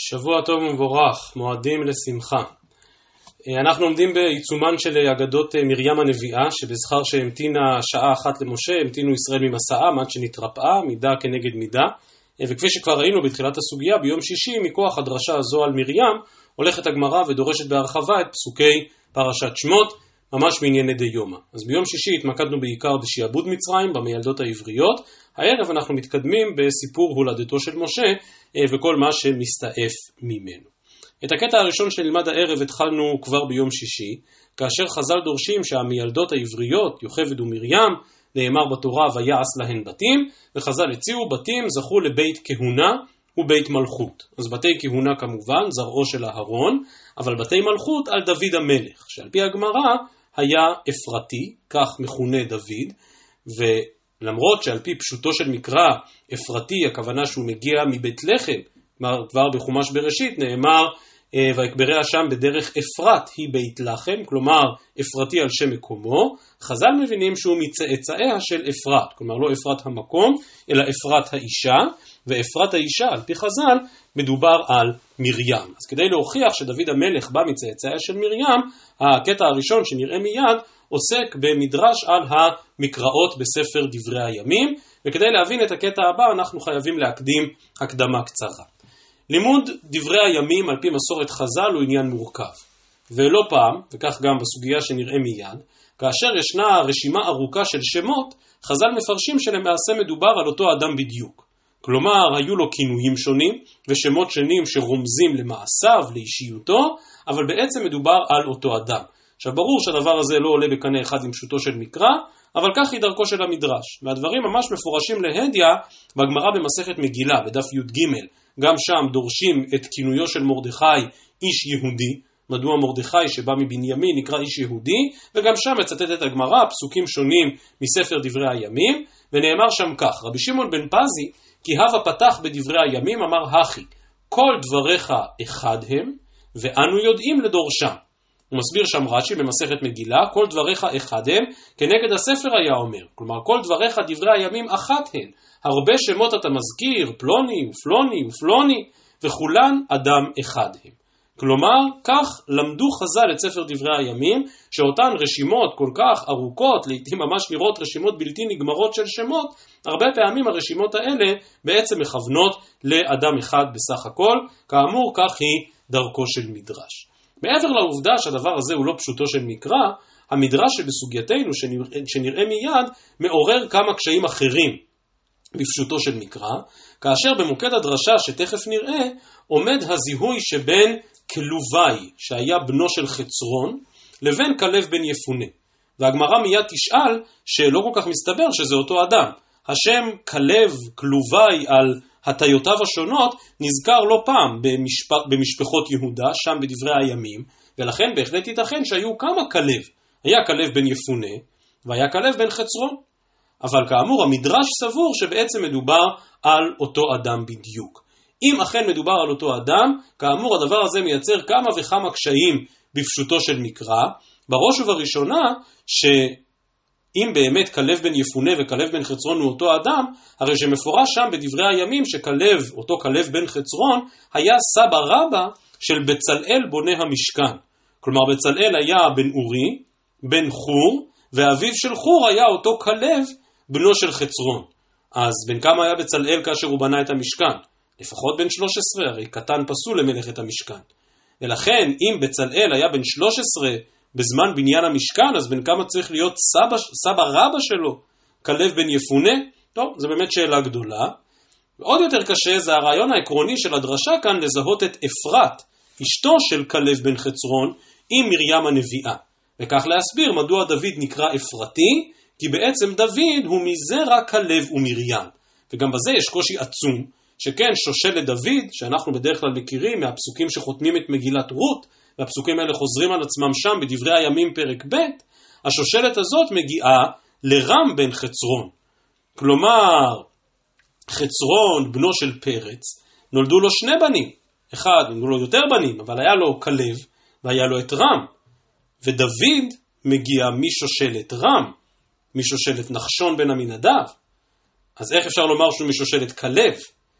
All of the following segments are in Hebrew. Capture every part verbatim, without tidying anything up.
שבוע טוב ומבורך, מועדים לשמחה. אנחנו עומדים בעיצומן של אגדות מרים הנביאה, שבזכר שהמתינה שעה אחת למשה, המתינו ישראל ממסעם עד שנתרפאה, מידה כנגד מידה. וכפי שכבר ראינו בתחילת הסוגיה, ביום שישי, מכוח הדרשה הזו על מרים, הולכת הגמרא ודורשת בהרחבה את פסוקי פרשת שמות, ממש מענייני דיומא. אז ביום שישי התמקדנו בעיקר בשיעבוד מצרים, במילדות העבריות. הערב אנחנו מתקדמים בסיפור הולדתו של משה וכל מה שמסתעף ממנו. את הקטע הראשון שנלמד הערב התחלנו כבר ביום שישי, כאשר חז"ל דורשים שהמילדות העבריות, יוכבד ומרים, נאמר בתורה ויעש להן בתים, וחז"ל הציעו בתים זכו לבית כהונה ובית מלכות. אז בתי כהונה כמובן זרעו של אהרון, אבל בתי מלכות על דוד המלך, שעל פי הגמרא היה אפרתי, כך מכונה דוד, ולמרות שעל פי פשוטו של מקרא אפרתי, הכוונה שהוא מגיע מבית לחם, כבר בחומש בראשית נאמר ויקבריה שם בדרך אפרת היא בית לחם, כלומר אפרתי על שם מקומו. חז"ל מבינים שהוא מצאצאיה של אפרת, כלומר לא אפרת המקום אלא אפרת האישה, ואפרת האישה על פי חז"ל מדובר על מרים. אז כדי להוכיח שדוד המלך בא מצאצאיה של מרים, הקטע הראשון שנראה מיד עוסק במדרש על המקראות בספר דברי הימים, וכדי להבין את הקטע הבא אנחנו חייבים להקדים הקדמה קצרה. לימוד דברי הימים על פי מסורת חז"ל הוא עניין מורכב, ולא פעם, וכך גם בסוגיה שנראה מיד, כאשר ישנה רשימה ארוכה של שמות, חז"ל מפרשים שלמעשה מדובר על אותו אדם בדיוק. כלומר, היו לו כינויים שונים ושמות שונים שרומזים למעשיו, לאישיותו, אבל בעצם מדובר על אותו אדם. עכשיו ברור שהדבר הזה לא עולה בקנה אחד עם פשוטו של מקרא, אבל כך היא דרכו של המדרש. והדברים ממש מפורשים להדיא בגמרא במסכת מגילה, בדף י"ג. גם שם דורשים את כינויו של מרדכי איש יהודי, מדוע מרדכי שבא מבנימין נקרא איש יהודי, וגם שם מצטטת הגמרא פסוקים שונים מספר דברי הימים, ונאמר שם כך: רבי שמעון בן פזי, כי הווה פתח בדברי הימים, אמר הכי, כל דבריך אחד הם, ואנו יודעים לדורשם. הוא מסביר שם רש"י במסכת מגילה, כל דבריך אחד הם, כנגד הספר היה אומר, כלומר כל דבריך דברי הימים אחת הן, הרבה שמות אתה מזכיר, פלוני ופלוני ופלוני, וכולן אדם אחד הם. כלומר, כך למדו חז"ל את ספר דברי הימים, שאותן רשימות כל כך ארוכות, לעתים ממש נראות רשימות בלתי נגמרות של שמות, הרבה פעמים הרשימות האלה בעצם מכוונות לאדם אחד בסך הכל, כאמור כך היא דרכו של מדרש. מעבר לעובדה שהדבר הזה הוא לא פשוטו של מקרא, המדרש שבסוגייתנו שנראה, שנראה מיד מעורר כמה קשיים אחרים בפשוטו של מקרא, כאשר במוקד הדרשה שתכף נראה עומד הזיהוי שבין כלובי שהיה בנו של חצרון לבין כלב בן יפונה, והגמרא מיד תשאל שלא כל כך מסתבר שזה אותו אדם. השם כלב כלובי על הטיותיו השונות נזכר לא פעם במשפ... במשפחות יהודה שם בדברי הימים, ולכן בהחלט ייתכן שהיו כמה כלב, היה כלב בן יפונה והיה כלב בן חצרון, אבל כאמור המדרש סבור שבעצם מדובר על אותו אדם בדיוק. אם אכן מדובר על אותו אדם, כאמור הדבר הזה מייצר כמה וכמה קשיים בפשוטו של מקרא, בראש ובראשונה שאם באמת כלב בן יפונה וכלב בן חצרון הוא אותו אדם, הרי שמפורש שם בדברי הימים שכלב, אותו כלב בן חצרון, היה סבא רבא של בצלאל בונה המשכן. כלומר בצלאל היה בן אורי, בן חור, ואביו של חור היה אותו כלב בנו של חצרון. אז בן כמה היה בצלאל כאשר הוא בנה את המשכן? לפחות בן שלוש עשרה, הרי קטן פסול למלאכת המשכן. ולכן אם בצלאל היה בן שלוש עשרה בזמן בניין המשכן, אז בן כמה צריך להיות סבא, סבא רבא שלו, כלב בן יפונה? טוב, זו באמת שאלה גדולה. ועוד יותר קשה זה הרעיון העקרוני של הדרשה כאן לזהות את אפרת, אשתו של כלב בן חצרון, עם מרים הנביאה. וכך להסביר מדוע דוד נקרא אפרתי, כי בעצם דוד הוא מזרע כלב ומרים. וגם בזה יש קושי עצום, שכן שושלת דוד, שאנחנו בדרך כלל מכירים מהפסוקים שחותמים את מגילת רות, והפסוקים האלה חוזרים על עצמם שם בדברי הימים פרק ב', השושלת הזאת מגיעה לרם בן חצרון. כלומר, חצרון, בנו של פרץ, נולדו לו שני בנים. אחד, נולדו לו יותר בנים, אבל היה לו כלב, והיה לו את רם. ודוד מגיע משושלת רם, משושלת נחשון בן עמינדב. אז איך אפשר לומר שהוא משושלת כלב?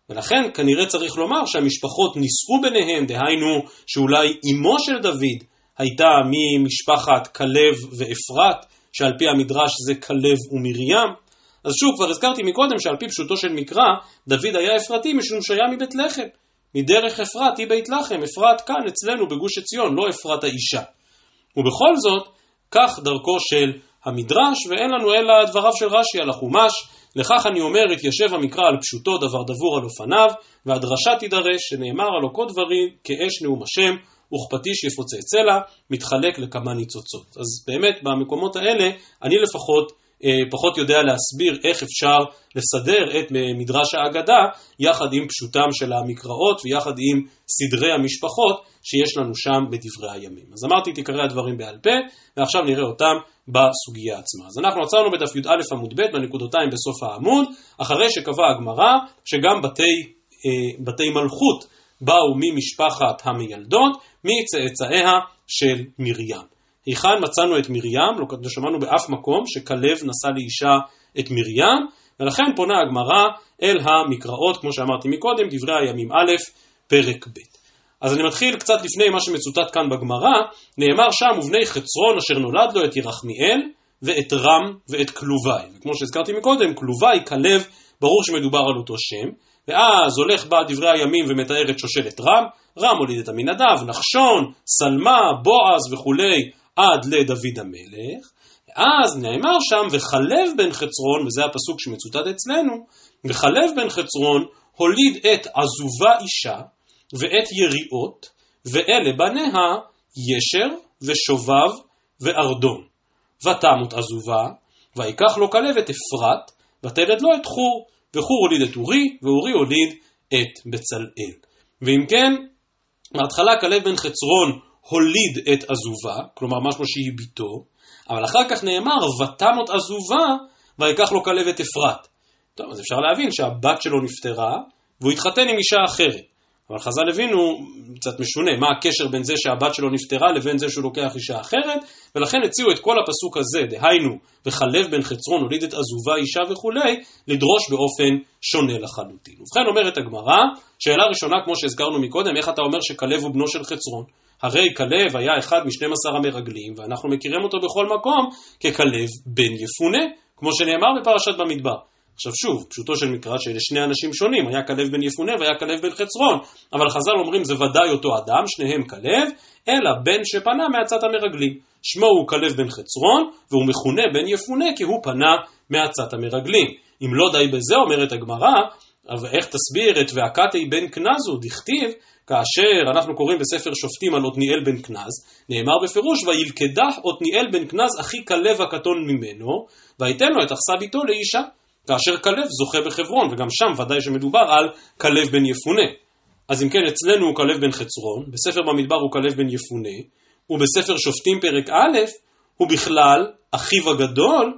ולכן כנראה צריך לומר שהמשפחות נישאו ביניהם, דהיינו שאולי אמו של דוד הייתה ממשפחת כלב ואפרת, שעל פי המדרש זה כלב ומרים. אז שוב, כבר הזכרתי מקודם שעל פי פשוטו של מקרא, דוד היה אפרתי משום שהיה מבית לחם. מדרך אפרת היא בית לחם, אפרת כאן אצלנו בגוש עציון, לא אפרת האישה. ובכל זאת, כך דרכו של המדרש, ואין לנו אלא דבריו של רש"י על החומש. לכך אני אומר, התיישב המקרא על פשוטו דבר דבור על אופניו, והדרשה תידרש, שנאמר על כה דברים כאש נאום השם, וכפטיש יפוצץ סלע, מתחלק לכמה ניצוצות. אז באמת במקומות האלה אני לפחות אה, פחות יודע להסביר איך אפשר לסדר את מדרש האגדה יחד עם פשוטם של המקראות ויחד עם סדרי המשפחות שיש לנו שם בדברי הימים. אז אמרתי את עיקרי הדברים בעל פה, ועכשיו נראה אותם בסוגיה עצמה. אז אנחנו עצרנו בדף י"א עמוד ב' בנקודותיים בסוף העמוד, אחרי שקבע הגמרא שגם בתי, אה, בתי מלכות באו ממשפחת המיילדות, מצאצאיה של מרים. היכן מצאנו את מרים? לא שמענו באף מקום שכלב נשא לאישה את מרים, ולכן פונה הגמרא אל המקראות, כמו שאמרתי מקודם, דברי הימים א', פרק ב'. אז אני מתחיל קצת לפני מה שמצוטט כאן בגמרא, נאמר שם ובני חצרון אשר נולד לו את ירחמיאל ואת רם ואת כלובי. וכמו שהזכרתי מקודם, כלובי, כלב, ברור שמדובר על אותו שם, ואז הולך בה דברי הימים ומתאר את שושלת רם, רם הוליד את עמינדב, נחשון, סלמה, בועז וכולי, עד לדוד המלך. ואז נאמר שם וחלב בן חצרון, וזה הפסוק שמצוטט אצלנו, וחלב בן חצרון הוליד את עזובה אישה ואת יריעות, ואלה בניה ישר ושובב וארדון. ותמות עזובה, ויקח לו כלב את אפרת, ותלד לו את חור, וחור הוליד את אורי, ואורי הוליד את בצלאל. ואם כן, מההתחלה כלב בן חצרון הוליד את עזובה, כלומר משהו שהיא ביתו, אבל אחר כך נאמר ותמות עזובה, ויקח לו כלב את אפרת. טוב, אז אפשר להבין שהבת שלו נפטרה, והוא התחתן עם אישה אחרת. אבל חז"ל הבינו קצת משונה, מה הקשר בין זה שהבת שלו נפטרה לבין זה שהוא לוקח אישה אחרת, ולכן הציעו את כל הפסוק הזה, דהיינו, וחלב בן חצרון הוליד את עזובה אישה וכולי, לדרוש באופן שונה לחלוטין. ובכן אומרת הגמרא, שאלה ראשונה כמו שהזכרנו מקודם, איך אתה אומר שכלב הוא בנו של חצרון? הרי כלב היה אחד משנים עשר המרגלים, ואנחנו מכירים אותו בכל מקום ככלב בן יפונה, כמו שנאמר בפרשת במדבר. עכשיו שוב, פשוטו של מקרא שאלה שני אנשים שונים, היה כלב בן יפונה והיה כלב בן חצרון, אבל חז"ל אומרים זה ודאי אותו אדם, שניהם כלב, אלא בן שפנה מעצת המרגלים. שמו הוא כלב בן חצרון, והוא מכונה בן יפונה כי הוא פנה מעצת המרגלים. אם לא די בזה, אומרת הגמרא, אבל איך תסביר את והקתי בן כנזו, דכתיב, כאשר אנחנו קוראים בספר שופטים על עתניאל בן כנז, נאמר בפירוש, וילכדח עתניאל בן כנז אחי כלב הקטון ממנו, ויתן לו את אכסה ביתו לאישה. כאשר כלב זוכה בחברון, וגם שם ודאי שמדובר על כלב בן יפונה. אז אם כן, אצלנו הוא כלב בן חצרון, בספר במדבר הוא כלב בן יפונה, ובספר שופטים פרק א', הוא בכלל אחיו הגדול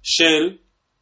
של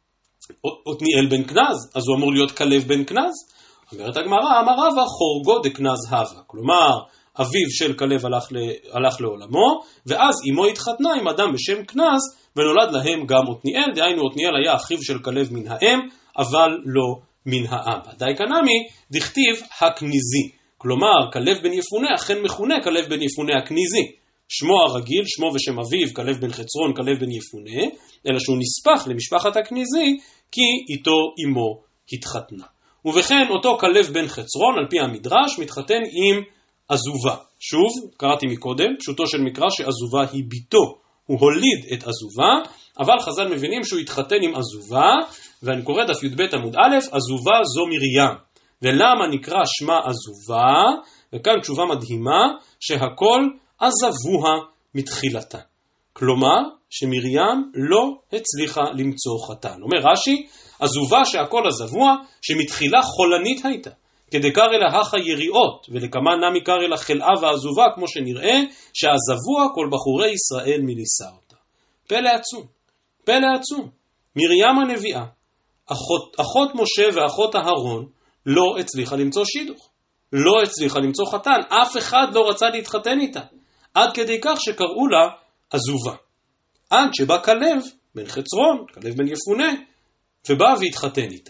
עתניאל בן כנז, אז הוא אמור להיות כלב בן כנז. אומרת הגמרא, אמר רבא חורגו דכנז הווה, כלומר, אביו של כלב הלך, ל... הלך לעולמו, ואז אמו התחתנה עם אדם בשם כנז, ונולד להם גם עתניאל, דהיינו עתניאל היה אחיו של כלב מן האם, אבל לא מן האבא. די קנמי, דכתיב הכניזי, כלומר, כלב בן יפונה אכן מכונה כלב בן יפונה הכניזי. שמו הרגיל, שמו ושם אביו, כלב בן חצרון, כלב בן יפונה, אלא שהוא נספח למשפחת הכניזי, כי איתו אמו התחתנה. ובכן, אותו כלב בן חצרון, על פי המדרש, מתחתן עם עזובה. שוב, קראתי מקודם, פשוטו של מקרא שעזובה היא ביתו. הוא הוליד את עזובה, אבל חז"ל מבינים שהוא התחתן עם עזובה, ואני קורא דף י"ב עמוד א', עזובה זו מרים. ולמה נקרא שמה עזובה? וכאן תשובה מדהימה, שהכל עזבוה מתחילתה. כלומר, שמרים לא הצליחה למצוא חתן. אומר רש"י, עזובה שהכל עזבוה, שמתחילה חולנית הייתה. כדקר אלה הכה יריעות, ולכמה נמי קר אלה חלאה ועזובה, כמו שנראה, שעזבוה כל בחורי ישראל מליסה אותה. פלא עצום, פלא עצום. מרים הנביאה, אחות, אחות משה ואחות אהרון, לא הצליחה למצוא שידוך. לא הצליחה למצוא חתן, אף אחד לא רצה להתחתן איתה. עד כדי כך שקראו לה עזובה. עד שבא כלב, בן חצרון, כלב בן יפונה, ובא והתחתן איתה.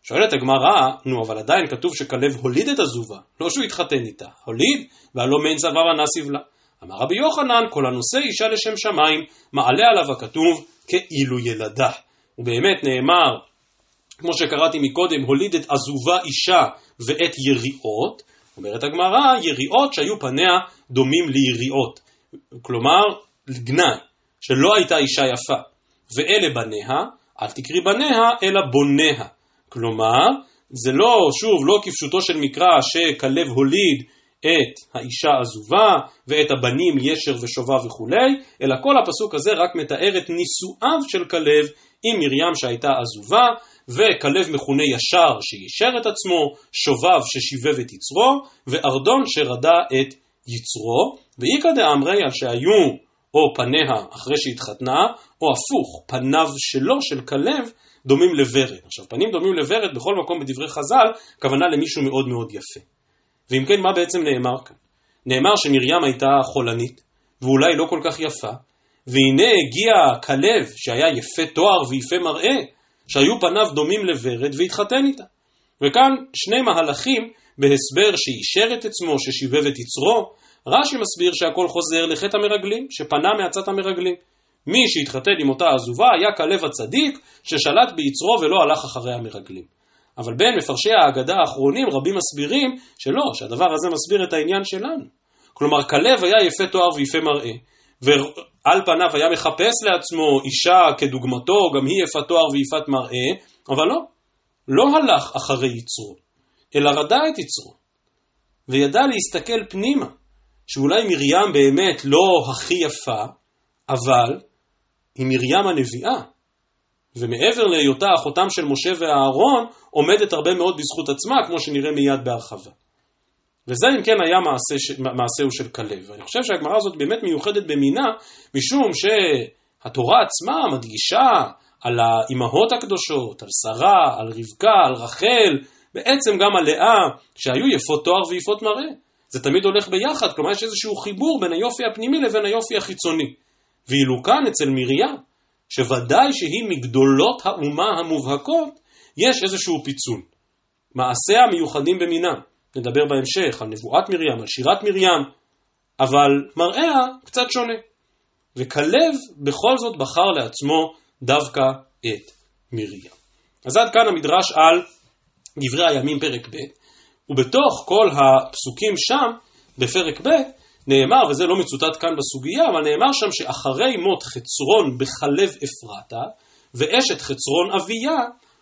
שואלת הגמרא, נו אבל עדיין כתוב שכלב הוליד את הזובה, לא שהוא התחתן איתה, הוליד, והלא מן סבר הנסיב לה. אמר רבי יוחנן, כל הנושא אישה לשם שמיים, מעלה עליו הכתוב כאילו ילדה. ובאמת נאמר, כמו שקראתי מקודם, הוליד את הזובה אישה ואת יריעות, אומרת הגמרא, יריעות שהיו פניה דומים ליריעות, כלומר גנאי, שלא הייתה אישה יפה, ואלה בניה, אל תקרי בניה אלא בוניה, כלומר זה לא, שוב, לא כפשוטו של מקרא שכלב הוליד את האישה הזובה ואת הבנים ישר ושובב וכו', אלא כל הפסוק הזה רק מתאר את נישואיו של כלב עם מרים שהייתה עזובה, וכלב מכונה ישר שישר את עצמו, שובב ששיבב את יצרו, וארדון שרדה את יצרו, ואיקא דאמרי על שהיו או פניה אחרי שהתחתנה, או הפוך, פניו שלו של כלב דומים לוורד. עכשיו פנים דומים לוורד בכל מקום בדברי חז"ל, כוונה למישהו מאוד מאוד יפה. ואם כן, מה בעצם נאמר כאן? נאמר שמרים הייתה חולנית, ואולי לא כל כך יפה, והנה הגיע כלב שהיה יפה תואר ויפה מראה, שהיו פניו דומים לוורד והתחתן איתה. וכאן שני מהלכים בהסבר שאישר את עצמו, ששיבב את יצרו. רש"י מסביר שהכל חוזר לחטא המרגלים, שפנה מעצת המרגלים. מי שהתחתן עם אותה עזובה היה כלב הצדיק ששלט ביצרו ולא הלך אחרי המרגלים. אבל בין מפרשי ההגדה האחרונים רבים מסבירים שלא, שהדבר הזה מסביר את העניין שלנו. כלומר כלב היה יפה תואר ויפה מראה, ועל פניו היה מחפש לעצמו אישה כדוגמתו, גם היא יפה תואר ויפת מראה, אבל לא, לא הלך אחרי יצרו, אלא רדה את יצרו, וידע להסתכל פנימה, שאולי מרים באמת לא הכי יפה, אבל היא מרים הנביאה, ומעבר להיותה אחותם של משה ואהרון, עומדת הרבה מאוד בזכות עצמה, כמו שנראה מיד בהרחבה. וזה אם כן היה מעשה, מעשהו של כלב. ואני חושב שהגמרא הזאת באמת מיוחדת במינה, משום שהתורה עצמה מדגישה על האימהות הקדושות, על שרה, על רבקה, על רחל, בעצם גם על לאה, שהיו יפות תואר ויפות מראה. זה תמיד הולך ביחד, כלומר יש איזשהו חיבור בין היופי הפנימי לבין היופי החיצוני. ואילו כאן אצל מרים, שוודאי שהיא מגדולות האומה המובהקות, יש איזשהו פיצול. מעשיה מיוחדים במינם. נדבר בהמשך על נבואת מרים, על שירת מרים, אבל מראה קצת שונה. וכלב בכל זאת בחר לעצמו דווקא את מרים. אז עד כאן המדרש על דברי הימים פרק ב', ובתוך כל הפסוקים שם בפרק ב' נאמר, וזה לא מצוטט כאן בסוגיה, אבל נאמר שם שאחרי מות חצרון בחלב אפרתה, ואשת חצרון אביה,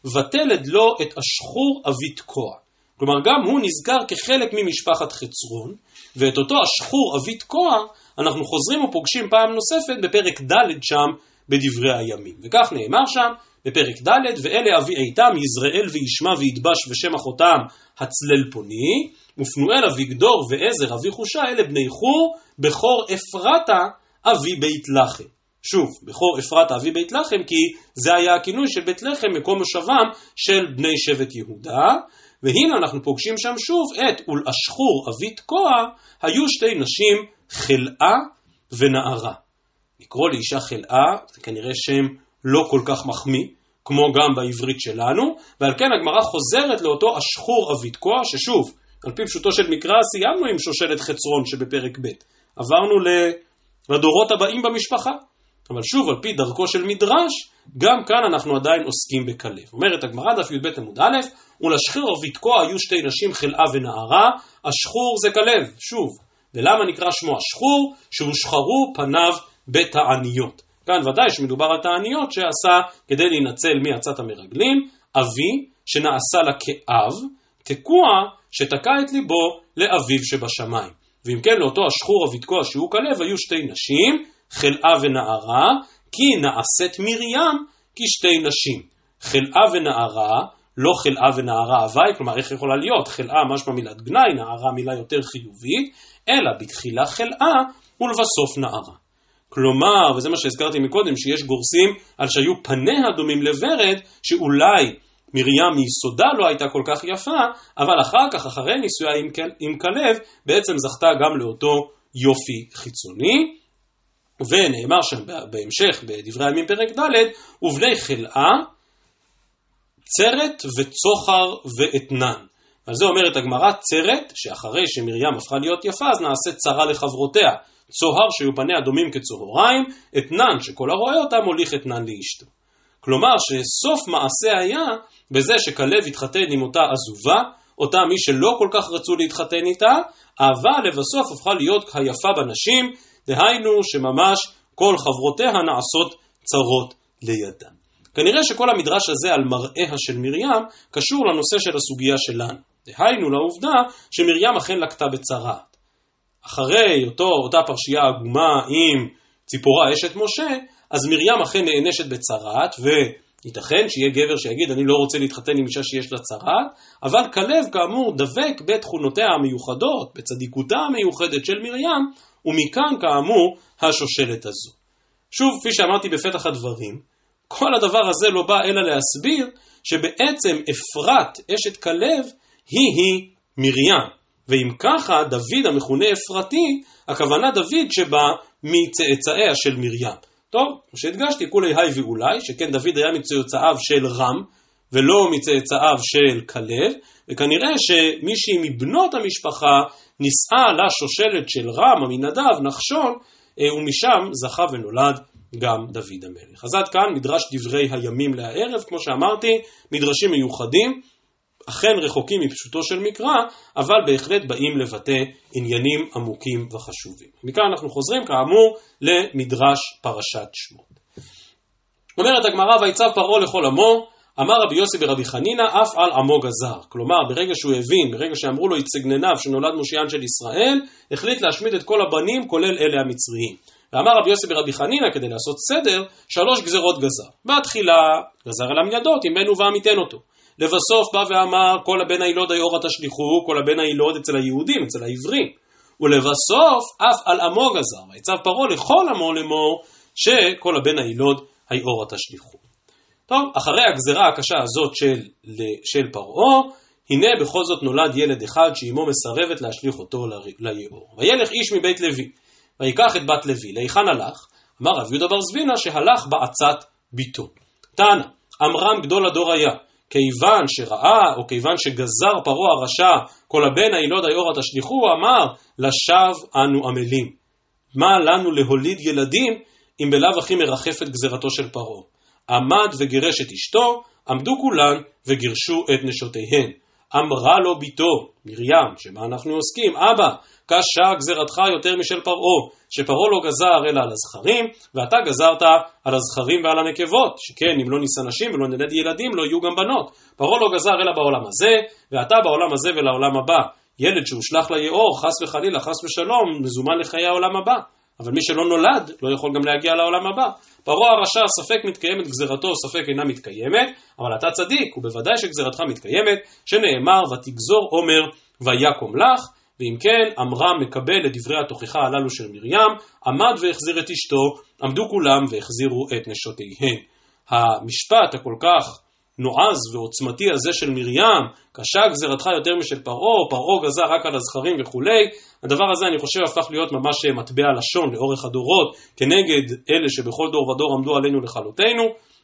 ותלד לו את אשחור אבי תקוע. כלומר גם הוא נזכר כחלק ממשפחת חצרון, ואת אותו אשחור אבי תקוע אנחנו חוזרים ופוגשים פעם נוספת בפרק ד' שם בדברי הימים. וכך נאמר שם בפרק ד', ואלה אבי איתם יזרעאל וישמע וידבש ושם אחותם הצלל פוני, ופנואל אבי גדור ועזר אבי חושה, אלה בני חור, בכור אפרתה אבי בית לחם. שוב, בכור אפרתה אבי בית לחם, כי זה היה הכינוי של בית לחם, מקום מושבם של בני שבט יהודה, והנה אנחנו פוגשים שם שוב את ולאשחור אבי תקוע, היו שתי נשים חלאה ונערה. לקרוא לאישה חלאה, זה כנראה שם לא כל כך מחמיא, כמו גם בעברית שלנו, ועל כן הגמרא חוזרת לאותו אשחור אבי תקוע, ששוב, על פי פשוטו של מקרא סיימנו עם שושלת חצרון שבפרק ב', עברנו לדורות הבאים במשפחה, אבל שוב על פי דרכו של מדרש, גם כאן אנחנו עדיין עוסקים בכלב. אומרת הגמרא דף י"ב עמוד א', ולאשחור אבי תקוע היו שתי נשים חלאה ונערה, אשחור זה כלב, שוב, ולמה נקרא שמו אשחור? שהושחרו פניו בתעניות. כאן ודאי שמדובר על תעניות שעשה כדי להינצל מעצת המרגלים, אבי שנעשה לה כאב, תקוע שתקע את ליבו לאביו שבשמיים. ואם כן לאותו אשחור אבי תקוע שהוא כלב היו שתי נשים, חלאה ונערה, כי נעשית מרים כשתי נשים. חלאה ונערה, לא חלאה ונערה הווי, כלומר איך יכולה להיות? חלאה משמע מילת גנאי, נערה מילה יותר חיובית, אלא בתחילה חלאה ולבסוף נערה. כלומר, וזה מה שהזכרתי מקודם, שיש גורסים על שהיו פניה דומים לוורד, שאולי מרים מיסודה לא הייתה כל כך יפה, אבל אחר כך, אחרי נישואיה עם, עם כלב, בעצם זכתה גם לאותו יופי חיצוני, ונאמר שם בהמשך, בדברי הימים פרק ד', ובני חלאה, צרת וצוחר ואתנן. על זה אומרת הגמרא, צרת, שאחרי שמרים הפכה להיות יפה, אז נעשה צרה לחברותיה. צוהר שהיו פניה דומים כצהריים, אתנן שכל הרואה אותה מוליך אתנן לאשתו. כלומר שסוף מעשה היה בזה שכלב התחתן עם אותה עזובה, אותה מי שלא כל כך רצו להתחתן איתה, אבל לבסוף הפכה להיות היפה בנשים, דהיינו שממש כל חברותיה נעשות צרות לידן. כנראה שכל המדרש הזה על מראיה של מרים קשור לנושא של הסוגיה שלנו. דהיינו לעובדה שמרים אכן לקטה בצרת. אחרי אותו, אותה פרשייה עגומה עם ציפורה אשת משה, אז מרים אכן נענשת בצרת, וייתכן שיהיה גבר שיגיד אני לא רוצה להתחתן עם אישה שיש לה צרת, אבל כלב כאמור דבק בתכונותיה המיוחדות, בצדיקותה המיוחדת של מרים, ומכאן כאמור השושלת הזו. שוב, כפי שאמרתי בפתח הדברים, כל הדבר הזה לא בא אלא להסביר שבעצם אפרת אשת כלב היא-היא מרים. ואם ככה דוד המכונה אפרתי, הכוונה דוד שבא מצאצאיה של מרים. טוב, כמו שהדגשתי, כולי היי ואולי, שכן דוד היה מצאצאיו של רם, ולא מצאצאיו של כלב, וכנראה שמישהי מבנות המשפחה נישאה לשושלת של רם, המנדב, נחשון, ומשם זכה ונולד גם דוד המלך. אז עד כאן מדרש דברי הימים לערב, כמו שאמרתי, מדרשים מיוחדים, אכן רחוקים מפשוטו של מקרא, אבל בהחלט באים לבטא עניינים עמוקים וחשובים. מכאן אנחנו חוזרים כאמור למדרש פרשת שמות. אומרת הגמרא, ויצב פרעה לכל עמו, אמר רבי יוסי ברבי חנינא, אף על עמו גזר. כלומר, ברגע שהוא הבין, ברגע שאמרו לו יצגנניו שנולד מושיען של ישראל, החליט להשמיד את כל הבנים, כולל אלה המצריים. ואמר רבי יוסי ברבי חנינא, כדי לעשות סדר, שלוש גזרות גזר. בהתחילה גזר על המיידות, אם בן ובא מיתן אותו. לבסוף בא ואמר, כל הבן הילוד היאורה תשליכו, כל הבן הילוד אצל היהודים, אצל העברים. ולבסוף אף על עמו גזר. ויצב פרעה לכל עמו לאמור, שכל הבן הילוד היאורה תשליכו. טוב, אחרי הגזרה הקשה הזאת של, של פרעה, הנה בכל זאת נולד ילד אחד שאמו מסרבת להשליך אותו ליאור. וילך איש מבית לוי, ויקח את בת לוי, להיכן הלך? אמר רב יהודה בר זבינה שהלך בעצת ביתו. תנא, אמרם גדול הדור היה, כיוון שראה או כיוון שגזר פרעה הרשע, כל הבן הילוד היאורה תשליכו, אמר לשווא אנו עמלים. מה לנו להוליד ילדים אם בלאו הכי מרחפת גזרתו של פרעה? עמד וגירש את אשתו, עמדו כולן וגירשו את נשותיהן. אמרה לו ביתו, מרים, שמה אנחנו עוסקים, אבא, קשה גזרתך יותר משל פרעה, שפרעה לא גזר אלא על הזכרים, ואתה גזרת על הזכרים ועל הנקבות, שכן אם לא נישא נשים ולא נלד ילדים לא יהיו גם בנות. פרעה לא גזר אלא בעולם הזה, ואתה בעולם הזה ולעולם הבא. ילד שהושלך ליאור, חס וחלילה, חס ושלום, מזומן לחיי העולם הבא. אבל מי שלא נולד לא יכול גם להגיע לעולם הבא. פרעה הרשע ספק מתקיימת גזרתו, ספק אינה מתקיימת, אבל אתה צדיק, ובוודאי שגזרתך מתקיימת, שנאמר ותגזור עומר ויקום לך. ואם כן, אמרם מקבל את דברי התוכחה הללו של מרים, עמד והחזיר את אשתו, עמדו כולם והחזירו את נשותיהן. המשפט הכל כך נועז ועוצמתי הזה של מרים, קשה גזרתך יותר משל פרעה, פרעה גזר רק על הזכרים וכולי, הדבר הזה אני חושב הפך להיות ממש מטבע לשון לאורך הדורות, כנגד אלה שבכל דור ודור עמדו עלינו לכלותנו.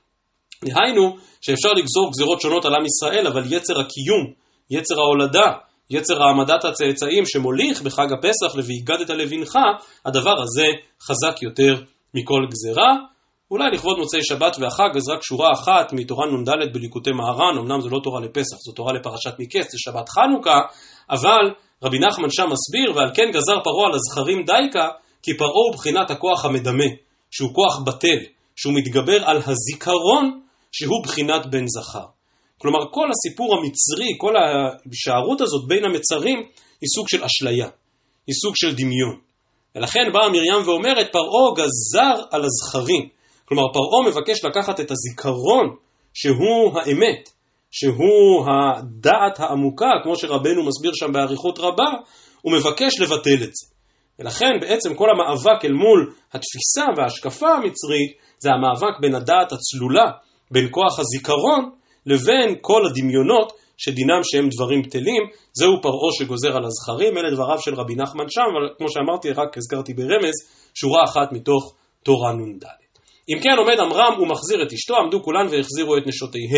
דהיינו שאפשר לגזור גזרות שונות על עם ישראל, אבל יצר הקיום, יצר ההולדה, יצר העמדת הצאצאים שמוליך בחג הפסח והגדת לבנך, הדבר הזה חזק יותר מכל גזרה. אולי לכבוד מוצאי שבת והחג, אז רק שורה אחת מתורה נ"ד בליקוטי מהר"ן, אמנם זו לא תורה לפסח, זו תורה לפרשת מקץ, זה שבת חנוכה, אבל רבי נחמן שם מסביר, ועל כן גזר פרעה על הזכרים דייקה, כי פרעה הוא בחינת הכוח המדמה, שהוא כוח בטל, שהוא מתגבר על הזיכרון, שהוא בחינת בן זכר. כלומר, כל הסיפור המצרי, כל השערות הזאת בין המצרים, היא סוג של אשליה, היא סוג של דמיון. ולכן באה מרים ואומרת, פרעה גזר על הזכרים. כלומר, פרעה מבקש לקחת את הזיכרון שהוא האמת, שהוא הדעת העמוקה, כמו שרבנו מסביר שם באריכות רבה, הוא מבקש לבטל את זה. ולכן בעצם כל המאבק אל מול התפיסה וההשקפה המצרית, זה המאבק בין הדעת הצלולה, בין כוח הזיכרון, לבין כל הדמיונות שדינם שהם דברים בטלים. זהו פרעה שגוזר על הזכרים, אלה דבריו של רבי נחמן שם, אבל כמו שאמרתי, רק הזכרתי ברמז, שורה אחת מתוך תורה נ"ד. אם כן עומד אמרם ומחזיר את אשתו, עמדו כולן והחזירו את נשותיהן.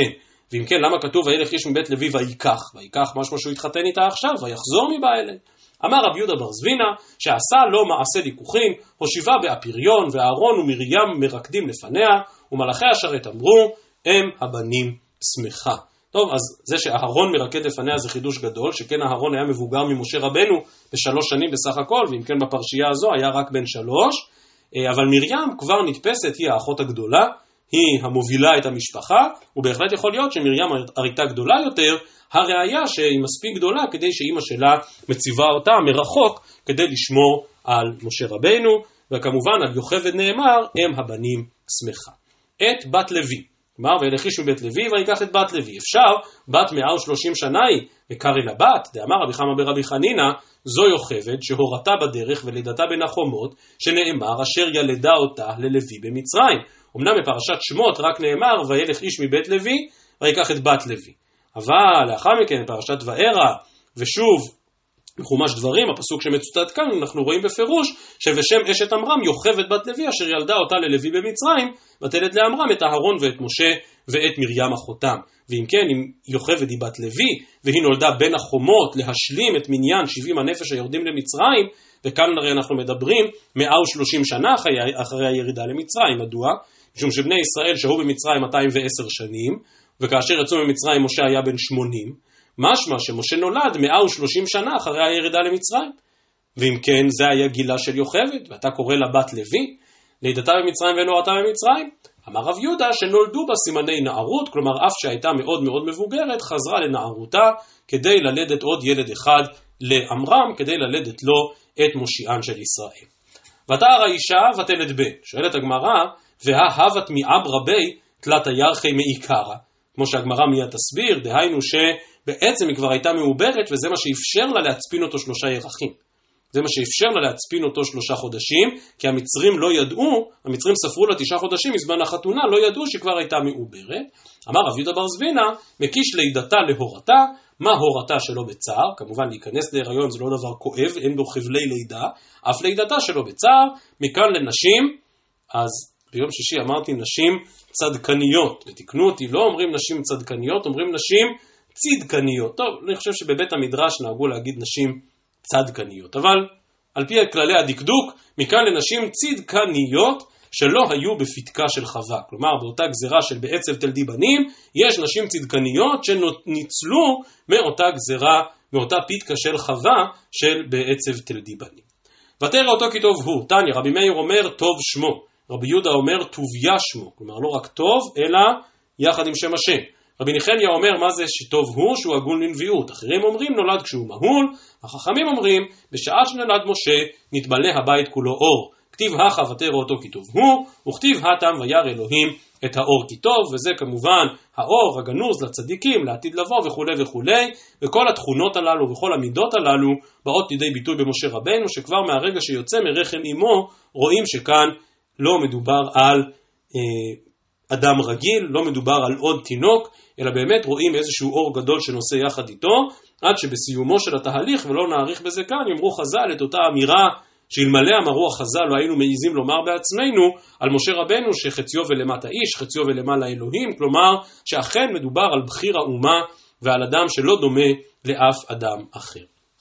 ואם כן, למה כתוב וילך איש מבית לוי ויקח? ויקח משהו שהוא התחתן איתה עכשיו, ויחזור מבעלה. אמר רבי יהודה בר זבינה, שעשה לו מעשה ליכוחין, הושיבה באפיריון, ואהרון ומרים מרקדים לפניה, ומלאכי השרת אמרו, הם הבנים שמחה. טוב, אז זה שאהרון מרקד לפניה זה חידוש גדול, שכן אהרון היה מבוגר ממשה רבנו בשלוש שנים בסך הכל, ואם כן בפרשייה הזו היה רק בן שלוש, אבל מרים כבר נתפסת, היא האחות הגדולה, היא המובילה את המשפחה, ובהחלט יכול להיות שמרים הייתה גדולה יותר, הראיה שהיא מספיק גדולה כדי שאימא שלה מציבה אותה מרחוק כדי לשמור על משה רבנו, וכמובן על יוכבד נאמר, הם הבנים שמחה. את בת לוי, כלומר, וילך איש מבית לוי ויקח את בת לוי. אפשר, בת מאה ושלושים שנה היא, וקרא לבת, דאמר רבי חמא ברבי חנינא, זו יוכבד שהורתה בדרך ולידתה בין החומות, שנאמר אשר ילדה אותה ללוי במצרים. אמנם בפרשת שמות רק נאמר, וילך איש מבית לוי ויקח את בת לוי. אבל לאחר מכן פרשת וארא, ושוב בחומש דברים, הפסוק שמצוטט כאן, אנחנו רואים בפירוש שבשם אשת עמרם יוכבד בת לוי אשר ילדה אותה ללוי במצרים, ותלד לעמרם את אהרון ואת משה ואת מרים אחותם. ואם כן, אם יוכבד היא בת לוי והיא נולדה בין החומות להשלים את מניין שבעים הנפש היורדים למצרים, וכאן הרי אנחנו מדברים מאה ושלושים שנה אחרי, אחרי הירידה למצרים. מדוע? משום שבני ישראל שהו במצרים מאתיים ועשר שנים, וכאשר יצאו ממצרים משה היה בן שמונים, משמע שמשה נולד מאה ושלושים שנה אחרי הירידה למצרים. ואם כן, זה היה גילה של יוכבד, ואתה קורא לה בת לוי, לידתה במצרים ונורתה במצרים. אמר רב יהודה שנולדו בה סימני נערות, כלומר אף שהייתה מאוד מאוד מבוגרת, חזרה לנערותה כדי ללדת עוד ילד אחד לעמרם, כדי ללדת לו את מושיען של ישראל. ותער האישה ותלד בן. שואלת הגמרא, וההבת מעברה בי תלת הירחי מעיקרא. כמו שהגמרא מיד תסביר, דהיינו שבעצם היא כבר הייתה מעוברת, וזה מה שאפשר לה להצפין אותו שלושה ירחים. זה מה שאפשר לה להצפין אותו שלושה חודשים, כי המצרים לא ידעו, המצרים ספרו לה תשעה חודשים מזמן החתונה, לא ידעו שכבר הייתה מעוברת. אמר רב יהודה בר זבינה, מקיש לידתה להורתה, מה הורתה שלא בצער? כמובן להיכנס להיריון זה לא דבר כואב, אין בו חבלי לידה, אף לידתה שלא בצער. מכאן לנשים, אז ביום שישי אמרתי נשים צדקניות, ותקנו אותי, לא אומרים נשים צדקניות, אומרים נשים צדקניות. טוב, אני חושב שבבית המדרש נהגו להגיד נשים צדקניות, אבל על פי כללי הדקדוק, מכאן לנשים צדקניות שלא היו בפתקה של חווה. כלומר, באותה גזרה של בעצב תלדי בנים, יש נשים צדקניות שניצלו מאותה גזרה, מאותה פתקה של חווה של בעצב תלדי בנים. ותרא אותו כי טוב הוא. תניא, רבי מאיר אומר טוב שמו. רבי יהודה אומר טוביה שמו. כלומר, לא רק טוב, אלא יחד עם שם השם. רבי נחמיה אומר מה זה שטוב הוא, שהוא הגון לנביאות. אחרים אומרים נולד כשהוא מהול, החכמים אומרים בשעה שנולד משה נתבלה הבית כולו אור. כתיב הכה ותרא אותו כי טוב הוא, וכתיב התם וירא אלוהים את האור כי טוב, וזה כמובן האור הגנוז לצדיקים לעתיד לבוא וכו' וכו'. וכל התכונות הללו וכל המידות הללו באות לידי ביטוי במשה רבנו, שכבר מהרגע שיוצא מרחם אמו רואים שכאן לא מדובר על אה, אדם רגיל, לא מדובר על עוד תינוק, אלא באמת רואים איזשהו אור גדול שנושא יחד איתו, עד שבסיומו של התהליך, ולא נאריך בזה כאן, יאמרו חז"ל את אותה אמירה, שאלמלא אמרו החז"ל לא היינו מעיזים לומר בעצמנו, על משה רבנו שחציו ולמטה איש, חציו ולמעלה אלוהים, כלומר שאכן מדובר על בחיר האומה, ועל אדם שלא דומה לאף אדם אחר.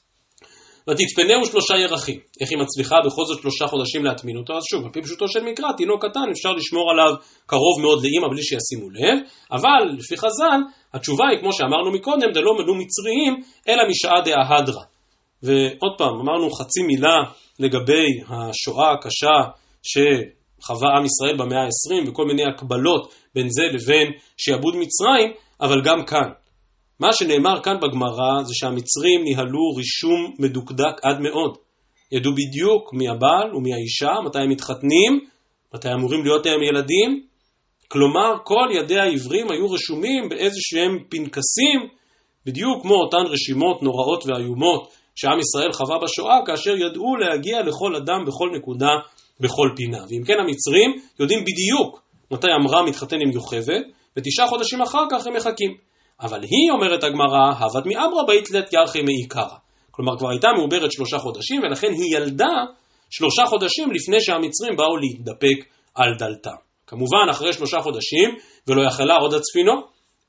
ותתפנהו שלושה ירחים. איך היא מצליחה בכל זאת שלושה חודשים להטמין אותו? אז שוב, על פי פשוטו של מקרא, תינוק קטן, אפשר לשמור עליו קרוב מאוד לאמא בלי שישימו לב, אבל לפי חז"ל, התשובה היא כמו שאמרנו מקודם, דלא מנו מצריים, אלא משעה דאהדרא. ועוד פעם, אמרנו חצי מילה לגבי השואה הקשה שחווה עם ישראל במאה ה-עשרים, וכל מיני הקבלות בין זה לבין שיעבוד מצרים, אבל גם כאן. מה שנאמר כאן בגמרא זה שהמצרים ניהלו רישום מדוקדק עד מאוד. ידעו בדיוק מי הבעל ומי האישה, מתי הם מתחתנים, מתי אמורים להיות להם ילדים. כלומר, כל ידי העברים היו רשומים באיזשהם פנקסים, בדיוק כמו אותן רשימות נוראות ואיומות שעם ישראל חווה בשואה, כאשר ידעו להגיע לכל אדם בכל נקודה, בכל פינה. ואם כן המצרים יודעים בדיוק מתי עמרם מתחתן עם יוכבד, ותשעה חודשים אחר כך הם מחכים. אבל היא אומרת הגמרא, הבת מעברה בי תלת ירחי מעיקרא. כלומר כבר הייתה מעוברת שלושה חודשים, ולכן היא ילדה שלושה חודשים לפני שהמצרים באו להתדפק על דלתה. כמובן אחרי שלושה חודשים, ולא יכלה עוד הצפינו,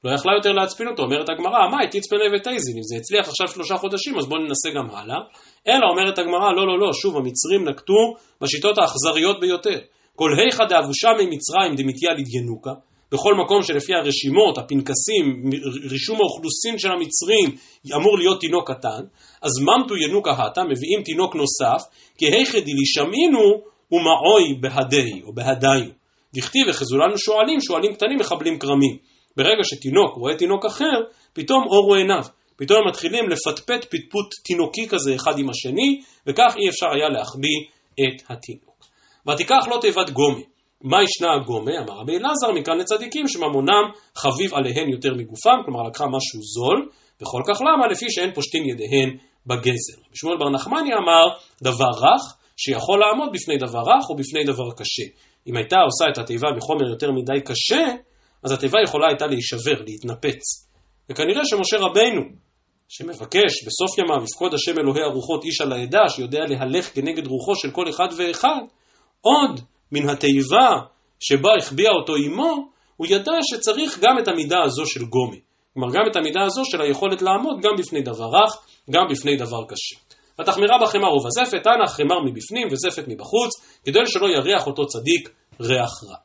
לא יכלה יותר להצפין אותו. אומרת הגמרא, מה, תצפנה ותייזין, אם זה הצליח עכשיו שלושה חודשים, אז בואו ננסה גם הלאה. אלא אומרת הגמרא, לא, לא, לא, שוב, המצרים נקטו בשיטות האכזריות ביותר. כל היכא דאבושה ממצרים דמיתיה לדינוקה, בכל מקום שלפי הרשימות, הפנקסים, רישום האוכלוסין של המצרים, אמור להיות תינוק קטן, אז ממתו ינוקה הטה, מביאים תינוק נוסף, כי היכא דלישמעינו ומעוי בהדי, או בהדיו. דכתיב וחזולנו שואלים, שואלים קטנים מחבלים קרמים. ברגע שתינוק רואה תינוק אחר, פתאום אורו עיניו. פתאום הם מתחילים לפטפט פטפוט תינוקי כזה אחד עם השני, וכך אי אפשר היה להחביא את התינוק. ותיקח לא תיבת גומה. מה ישנה הגומה? אמר רבי אלעזר, מכאן לצדיקים שממונם חביב עליהן יותר מגופם, כלומר לקחה משהו זול, וכל כך למה? לפי שאין פושטים ידיהן בגזר. שמואל בר נחמני אמר, דבר רך שיכול לעמוד בפני דבר רך או בפני דבר קשה. אם הייתה עושה את התיבה בחומר יותר מדי קשה, אז התיבה יכולה הייתה להישבר, להתנפץ. וכנראה שמשה רבינו, שמבקש בסוף ימיו יפקוד השם אלוהי הרוחות איש על העדה, שיודע להלך כנגד רוחו של כל אחד ואחד, עוד מן התיבה שבה החביאה אותו עמו, הוא ידע שצריך גם את המידה הזו של גומי. כלומר, גם את המידה הזו של היכולת לעמוד גם בפני דבר רך, גם בפני דבר קשה. ותחמירה בחמר ובזפת, תנא חמר מבפנים וזפת מבחוץ, כדי שלא יריח אותו צדיק ריח רע.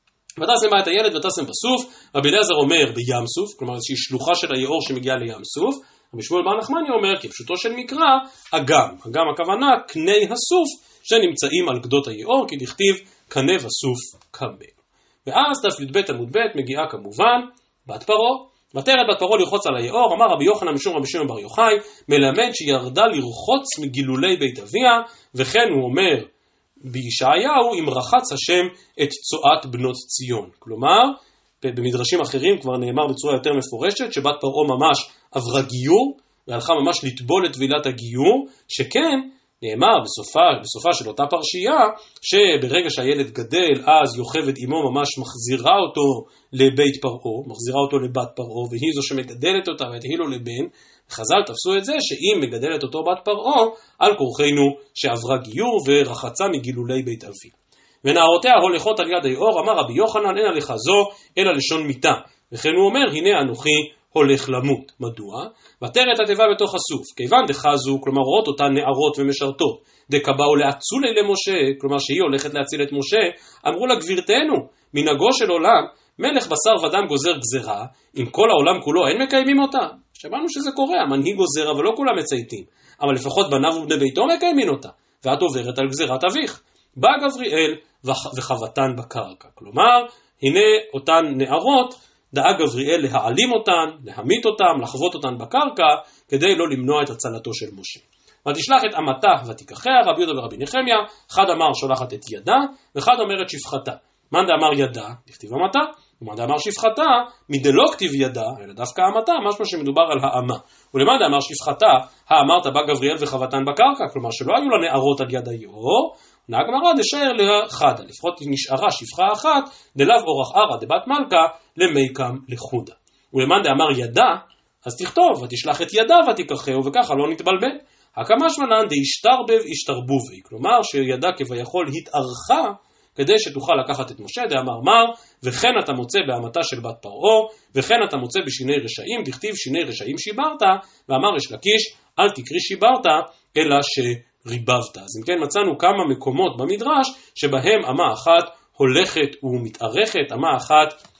ותשם בה את הילד ותשם בסוף, רבי אליעזר אומר בים סוף, כלומר איזושהי שלוחה של היאור שמגיעה לים סוף, רבי שמואל בר נחמני אומר כפשוטו של מקרא, אגם, אגם הכוונה קני הסוף שנמצאים על גדות היאור, כי דכתיב קנה וסוף קבל. ואז תף י"ב עמוד ב' מגיעה כמובן בת פרעה, ותרד בת פרעה לרחוץ על היאור, אמר רבי יוחנן משום רבי שמעון בר יוחאי, מלמד שירדה לרחוץ מגילולי בית אביה, וכן הוא אומר בישעיהו, אם רחץ השם את צואת בנות ציון. כלומר, במדרשים אחרים כבר נאמר בצורה יותר מפורשת, שבת פרעה ממש עברה גיור, והלכה ממש לטבול את טבילת הגיור, שכן נאמר בסופה, בסופה של אותה פרשייה, שברגע שהילד גדל, אז יוכבד אמו ממש מחזירה אותו לבית פרעה, מחזירה אותו לבת פרעה, והיא זו שמגדלת אותה ותהי לו לבן. חז"ל תפסו את זה שאם מגדלת אותו בת פרעה, על כורחנו שעברה גיור ורחצה מגילולי בית אבי. ונערותיה הולכות על יד היאור, אמר רבי יוחנן, אין עליך זו, אלא לשון מיתה. וכן הוא אומר, הנה אנוכי הולך למות. מדוע? ותרת התיבה בתוך הסוף, כיוון דחזו, כלומר רואות אותן נערות ומשרתות, דקבאו להצולי למשה, כלומר שהיא הולכת להציל את משה, אמרו לה גבירתנו, מנהגו של עולם, מלך בשר ודם גוזר גזרה, אם כל העולם כולו אין מקיימים אותה. שמענו שזה קורה, המנהיג גוזר, אבל לא כולם מצייתים, אבל לפחות בניו ובני ביתו מקיימים אותה, ואת עוברת על גזירת אביך. בא גבריאל וחבטן בקרקע, כלומר, הנה אותן נערות, דאג גבריאל להעלים אותן, להמית אותן, לחוות אותן בקרקע, כדי לא למנוע את הצלתו של משה. ותשלח את אמתה ותיקחיה, רבי יהודה ורבי נחמיה, אחד אמר שולחת את ידה, ואחד אומר את שפחתה. מאן דאמר ידה, דכתיב אמתה, ומאן דאמר שפחתה, מדלא כתיב ידה, אלא דווקא אמתה, משמע שמדובר על האמה. ולמאן דאמר שפחתה, האמרת בא גבריאל וחבטן בקרקע, כלומר שלא היו לה נערות על יד היאור, הגמרא דשאר לחדה, לפחות נשארה שפחה אחת, דלאו אורח ערא דבת מלכה, למיקם לחודה. ולמאן דאמר ידה, אז תכתוב, ותשלח את ידה ותיקחהו, וככה לא נתבלבל. הקמש מנן דהשתרבב השתרבובי, כלומר שידה כביכול התארכה, כדי שתוכל לקחת את משה, דאמר מר, וכן אתה מוצא באמתה של בת פרעה, וכן אתה מוצא בשיני רשעים, דכתיב שיני רשעים שיברת, ואמר יש לקיש, אל תקרי שיברת, אלא שריבבת. אז אם כן מצאנו כמה מקומות במדרש, שבהם אמה אחת הולכת ומתארכת, אמה אחת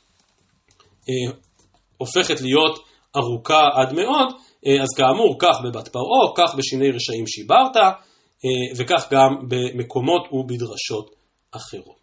אה, הופכת להיות ארוכה עד מאוד, אה, אז כאמור, כך בבת פרעה, כך בשיני רשעים שיברת, אה, וכך גם במקומות ובדרשות אחרות.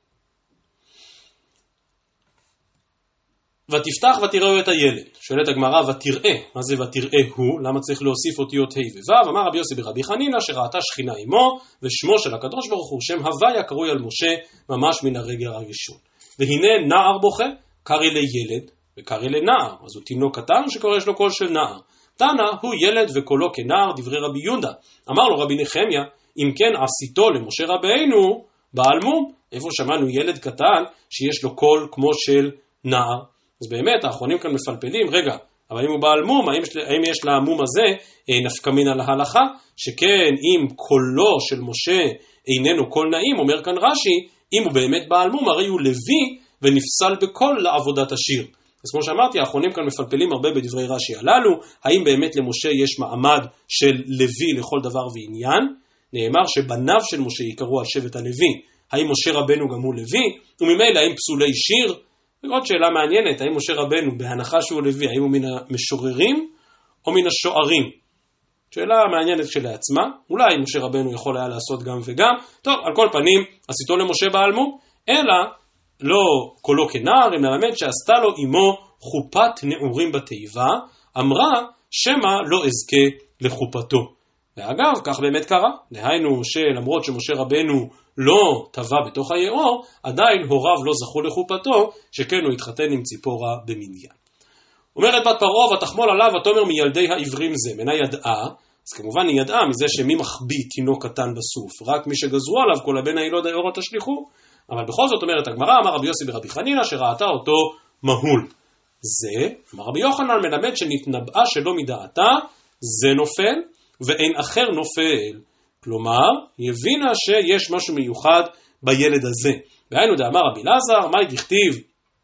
ותפתח ותראו את הילד. שואלת הגמרא ותראה, מה זה ותראה הוא? למה צריך להוסיף אותיות ה' וו'? אמר רבי יוסי ברבי חנינא שראתה שכינה עמו, ושמו של הקדוש ברוך הוא שם הוויה קרוי על משה ממש מן הרגע הראשון. והנה נער בוכה, קרא לילד וקרא לנער, אז הוא תינוק קטן שקורא לו קול של נער. תנא הוא ילד וקולו כנער, דברי רבי יהודה. אמר לו רבי נחמיה, אם כן עשיתו למשה רבינו בעל מום, איפה שמענו ילד קטן שיש לו קול כמו של נער? אז באמת האחרונים כאן מפלפלים, רגע, אבל אם הוא בעל מום, האם יש, האם יש למום הזה נפקא מינה להלכה, שכן אם קולו של משה איננו קול נעים, אומר כאן רש"י, אם הוא באמת בעל מום, הרי הוא לוי ונפסל בקול לעבודת השיר. אז כמו שאמרתי, האחרונים כאן מפלפלים הרבה בדברי רש"י הללו, האם באמת למשה יש מעמד של לוי לכל דבר ועניין? נאמר שבניו של משה יקראו על שבט הלוי, האם משה רבנו גם הוא לוי? וממילא האם פסולי שיר? ועוד שאלה מעניינת, האם משה רבנו בהנחה שהוא לוי, האם הוא מן המשוררים או מן השוערים? שאלה מעניינת כשלעצמה, אולי משה רבנו יכול היה לעשות גם וגם, טוב, על כל פנים, עשיתו למשה בעלמו, אלא לא קולו כנער, אם מלמד שעשתה לו אמו חופת נעורים בתיבה, אמרה שמה לא אזכה לחופתו. ואגב, כך באמת קרה, דהיינו שלמרות שמשה רבנו לא טבע בתוך היאור, עדיין הוריו לא זכו לחופתו, שכן הוא התחתן עם ציפורה במניין. אומרת בת פרעה, ותחמול עליו ותאמר מילדי העברים זה, מנה ידעה, אז כמובן היא ידעה מזה שמי מחביא תינוק קטן בסוף, רק מי שגזרו עליו כל הבן הילוד היאורה תשליכו, אבל בכל זאת אומרת הגמרא, אמר רבי יוסי ברבי חנינא שראתה אותו מהול. זה, אמר רבי יוחנן מלמד שנתנבאה שלא מדעתה, זה נופל, ואין אחר נופל. כלומר, היא הבינה שיש משהו מיוחד בילד הזה. והיינו דאמר רבי אלעזר, מה דכתיב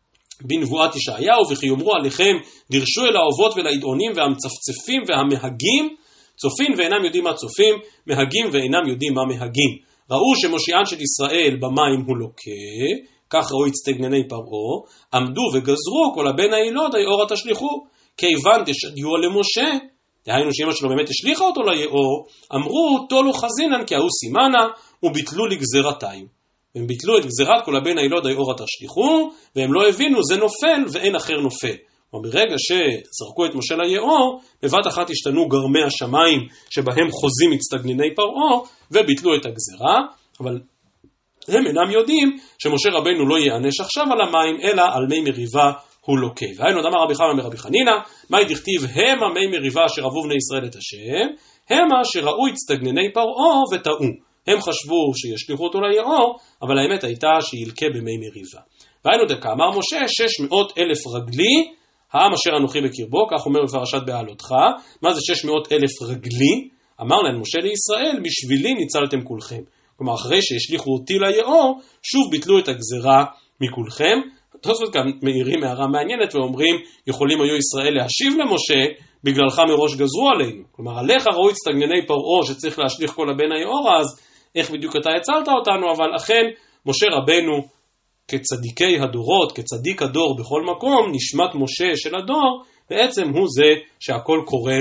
בנבואת ישעיהו, וכי יאמרו עליכם, דרשו אל האובות ולעדעונים והמצפצפים והמהגים, צופין ואינם יודעים מה צופים, מהגים ואינם יודעים מה מהגים. ראו שמושיען של ישראל במים הוא לוקה, כך ראו הצטגנני פרעה, עמדו וגזרו כל הבן הילוד היאורה תשליכו, כיוון תשדיעו למשה, דהיינו שאמא שלו באמת השליחה אותו ליאור, אמרו תולו חזינן כי ההוא סימנה, וביטלו לגזרתיים. והם ביטלו את גזירת כל הבן הילוד היאורה תשליכו, והם לא הבינו זה נופל ואין אחר נופל. ברגע שזרקו את משה ליאור, בבת אחת השתנו גרמי השמיים שבהם חוזים מצטגנני פרעה, וביטלו את הגזרה, אבל הם אינם יודעים שמשה רבנו לא יענש עכשיו על המים, אלא על מי מריבה הוא לוקה. והיינו אמר רבי חמא מרבי חנינא, מה דכתיב המה מי מריבה אשר רבו בני ישראל את השם, המה שראו הצטגנני פרעה וטעו. הם חשבו שישליחו אותו ליאור, אבל האמת הייתה שילקה במי מריבה. והיינו דקה, אמר משה שש מאות אלף רגלי, העם אשר אנוכי בקרבו, כך אומר בפרשת בעלותך. מה זה שש מאות אלף רגלי? אמר להם משה לישראל, בשבילי ניצלתם כולכם. כלומר, אחרי שהשליחו אותי ליאור, שוב ביטלו את הגזרה מכולכם. תוספות כאן מאירים הערה מעניינת ואומרים, יכולים היו ישראל להשיב למשה, בגללך מראש גזרו עלינו. כלומר, עליך ראו הצטגנני פרעה שצריך להשליך כל הבן היאורה, אז איך בדיוק אתה הצלת אותנו? אבל אכן, משה רבנו, כצדיקי הדורות, כצדיק הדור בכל מקום, נשמת משה של הדור, בעצם הוא זה שהכל קורה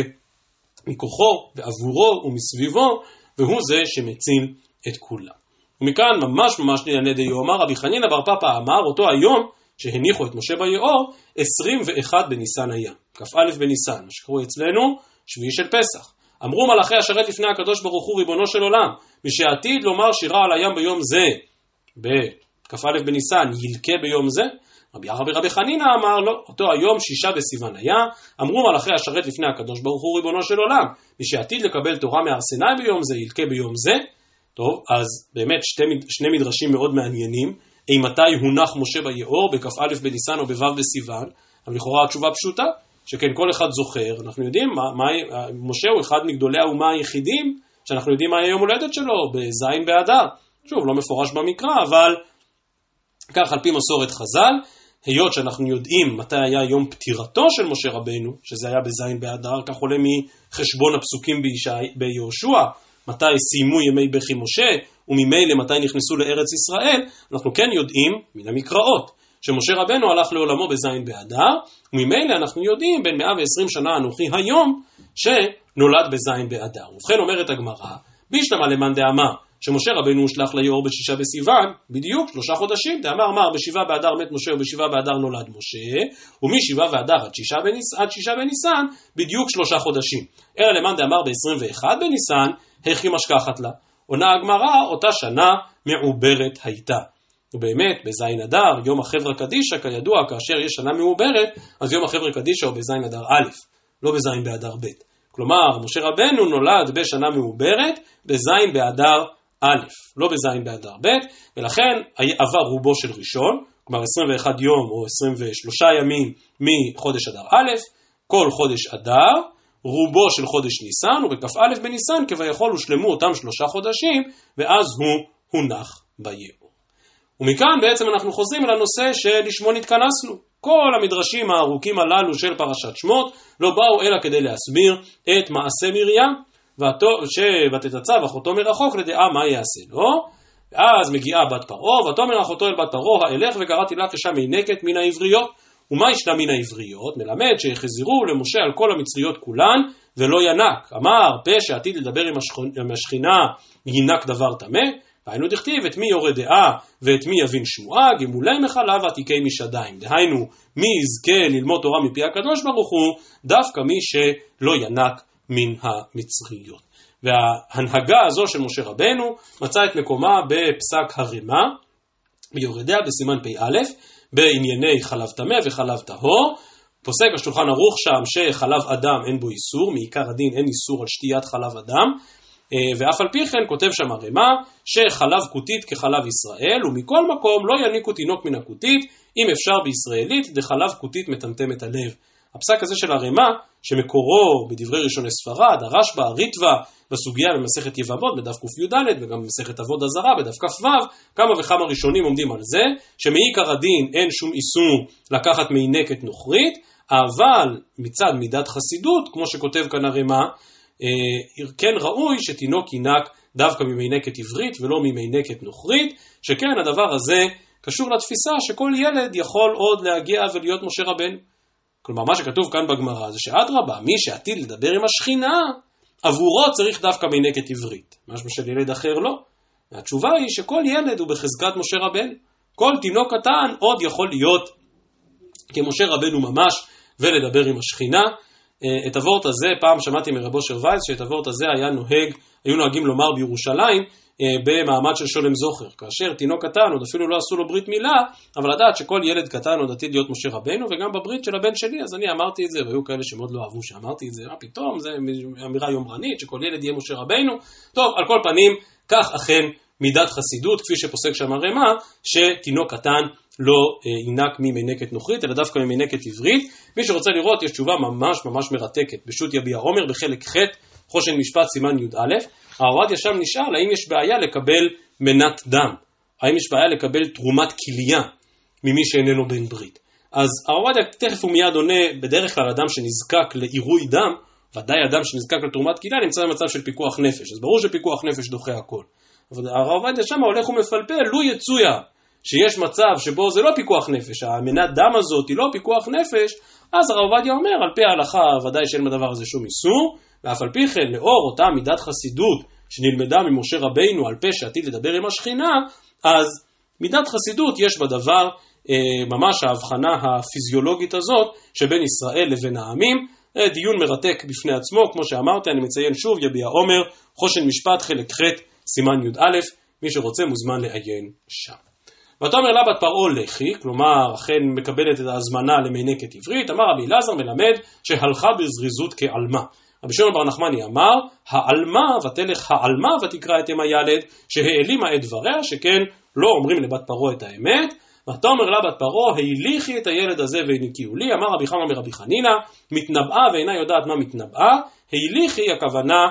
מכוחו ועבורו ומסביבו, והוא זה שמציל את כולם. ומכאן ממש ממש לענייני דיו, אמר רבי חנינא בר פפא אמר, אותו היום שהניחו את משה ביאור, עשרים ואחד בניסן היה, כ"א בניסן, מה שקראו אצלנו שביעי של פסח. אמרו מלאכי השרת לפני הקדוש ברוך הוא ריבונו של עולם, מי שעתיד לומר שירה על הים ביום זה, בכ"א בניסן, ילקה ביום זה. רבי רבי רבי חנינא אמר לו, אותו היום שישה בסיוון היה, אמרו מלאכי השרת לפני הקדוש ברוך הוא ריבונו של עולם, מי שעתיד לקבל תורה מהר סיני ביום זה, ילקה ביום זה. טוב, אז באמת שתי, שני מדרשים מאוד מעניינים, אי מתי הונח משה ביאור, בכ"א בניסן או בו' בסיוון, אבל לכאורה התשובה פשוטה, שכן כל אחד זוכר, אנחנו יודעים, מה, מה, משה הוא אחד מגדולי האומה היחידים, שאנחנו יודעים מה היה יום הולדת שלו, בזין באדר, שוב, לא מפורש במקרא, אבל כך על פי מסורת חז"ל, היות שאנחנו יודעים מתי היה יום פטירתו של משה רבנו, שזה היה בזין באדר, כך עולה מחשבון הפסוקים ביהושע, מתי סיימו ימי בכי משה, וממילא מתי נכנסו לארץ ישראל, אנחנו כן יודעים מן המקראות, שמשה רבנו הלך לעולמו בזין באדר, וממילא אנחנו יודעים בין מאה ועשרים שנה אנוכי היום, שנולד בזין באדר. ובכן אומרת הגמרא, בישלמה למאן דאמר, שמשה רבנו הושלך ליאור בשישה בסיוון, בדיוק שלושה חודשים, דאמר אמר בשבעה באדר מת משה ובשבעה באדר נולד משה, ומשבעה באדר עד שישה, בניס, עד שישה בניסן, בדיוק שלושה חודשים. אלא למאן דאמר ב-עשרים ואחד בניסן, הכי משכחת לה. עונה הגמרא, אותה שנה מעוברת הייתה. ובאמת, בזין אדר, יום החברה קדישה, כידוע, כאשר יש שנה מעוברת, אז יום החברה קדישה הוא בזין אדר א', לא בזין באדר ב'. כלומר, משה רבנו נולד בשנה מעוברת, בזין באדר א', לא בזין באדר ב', ולכן עבר רובו של ראשון, כלומר עשרים ואחד יום או עשרים ושלושה ימים מחודש אדר א', כל חודש אדר, רובו של חודש ניסן, ובכ"א בניסן כביכול הושלמו אותם שלושה חודשים, ואז הוא הונח ביאור. ומכאן בעצם אנחנו חוזרים אל הנושא שלשמו נתכנסנו. כל המדרשים הארוכים הללו של פרשת שמות לא באו אלא כדי להסביר את מעשה מרים, ותתצב אחותו מרחוק לדעה מה יעשה לו. אז מגיעה בת פרעה, ותאמר אחותו אל בת פרעה, האלך וקראתי לך אישה מינקת מן העבריות. ומה ישנה מן העבריות? מלמד שיחזרו למשה על כל המצריות כולן ולא ינק. אמר פה שעתיד לדבר עם השכינה ינק דבר טמא. והיינו דכתיב את מי יורה דעה ואת מי יבין שמועה, גמולי מחלה ועתיקי משדיים. דהיינו מי יזכה ללמוד תורה מפי הקדוש ברוך הוא? דווקא מי שלא ינק מן המצריות. וההנהגה הזו של משה רבנו מצא את מקומה בפסק הרמה ביורדיה בסימן פ"א בענייני חלב טמא וחלב טהור. פוסק השולחן ערוך שם שחלב אדם אין בו איסור, מעיקר הדין אין איסור על שתיית חלב אדם, ואף על פי כן כותב שם הרמה שחלב כותית כחלב ישראל, ומכל מקום לא יניקו תינוק מן הכותית, אם אפשר בישראלית, דחלב כותית מטמטם את הלב. הפסק הזה של הרמה, שמקורו בדברי ראשוני ספרד, הרשב"א, הריטב"א, בסוגיה במסכת יבמות בדף ק"ד, וגם במסכת אבות הזרה בדף כ"ו, כמה וכמה ראשונים עומדים על זה, שמעיקר הדין אין שום איסור לקחת מינקת נוכרית, אבל מצד מידת חסידות, כמו שכותב כאן הרמה, כן ראוי שתינוק ינק דווקא ממינקת עברית ולא ממינקת נוכרית, שכן הדבר הזה קשור לתפיסה שכל ילד יכול עוד להגיע ולהיות משה רבנו. כלומר, מה שכתוב כאן בגמרא זה שאדרבה, מי שעתיד לדבר עם השכינה, עבורו צריך דווקא מינקת עברית. משהו של ילד אחר לא. התשובה היא שכל ילד הוא בחזקת משה רבנו. כל תינוק קטן עוד יכול להיות כמשה רבנו ממש ולדבר עם השכינה. את הוורט הזה, פעם שמעתי מרב אושר וייס, שאת הוורט הזה היה נוהג, היו נוהגים לומר בירושלים, במעמד של שולם זוכר, כאשר תינוק קטן, עוד אפילו לא עשו לו ברית מילה, אבל לדעת שכל ילד קטן עוד עתיד להיות משה רבנו, וגם בברית של הבן שלי, אז אני אמרתי את זה, והיו כאלה שמאוד לא אהבו שאמרתי את זה, מה פתאום, זה אמירה יומרנית, שכל ילד יהיה משה רבנו. טוב, על כל פנים, כך אכן מידת חסידות, כפי שפוסק שם הרמה, שתינוק קטן לא ינק ממינקת נוכרית, אלא דווקא ממינקת עברית. מי שרוצה לראות, יש תשובה ממש ממש מרתקת, בשו"ת יביע עומר, בחלק ח' חושן משפט סימן י"א. הרב ישם נשאל האם יש בעיה לקבל מנת דם, האם יש בעיה לקבל תרומת כליה ממי שאיננו בן ברית. אז הרב תכף ומיד עונה, בדרך כלל אדם שנזקק לעירוי דם, ודאי אדם שנזקק לתרומת כליה נמצא במצב של פיקוח נפש, אז ברור שפיקוח נפש דוחה הכל. אבל הרב ישם הולך ומפלפל, לו יצויה שיש מצב שבו זה לא פיקוח נפש, המנת דם הזאת היא לא פיקוח נפש, אז הרב עובדיה אומר, על פי ההלכה ודאי שאין בדבר הזה שום איסור, ואף על פי כן, לאור אותה מידת חסידות שנלמדה ממשה רבינו על פה שעתיד לדבר עם השכינה, אז מידת חסידות יש בדבר אה, ממש ההבחנה הפיזיולוגית הזאת שבין ישראל לבין העמים. אה, דיון מרתק בפני עצמו, כמו שאמרתי, אני מציין שוב, יביע עומר, חושן משפט חלק ח' סימן י"א, מי שרוצה מוזמן לעיין שם. ותאמר לה בת פרעה לכי, כלומר אכן מקבלת את ההזמנה למינקת עברית, אמר רבי אלעזר מלמד שהלכה בזריזות כעלמה. רבי שמעון בר נחמני אמר, העלמה ותלך העלמה ותקרא את אם הילד, שהעלימה את דבריה, שכן לא אומרים לבת פרעה את האמת. ותאמר לה בת פרעה, הליכי את הילד הזה והניקיהו לי. אמר רבי חמא מרבי חנינא, מתנבאה ואינה יודעת מה מתנבאה, הליכי הכוונה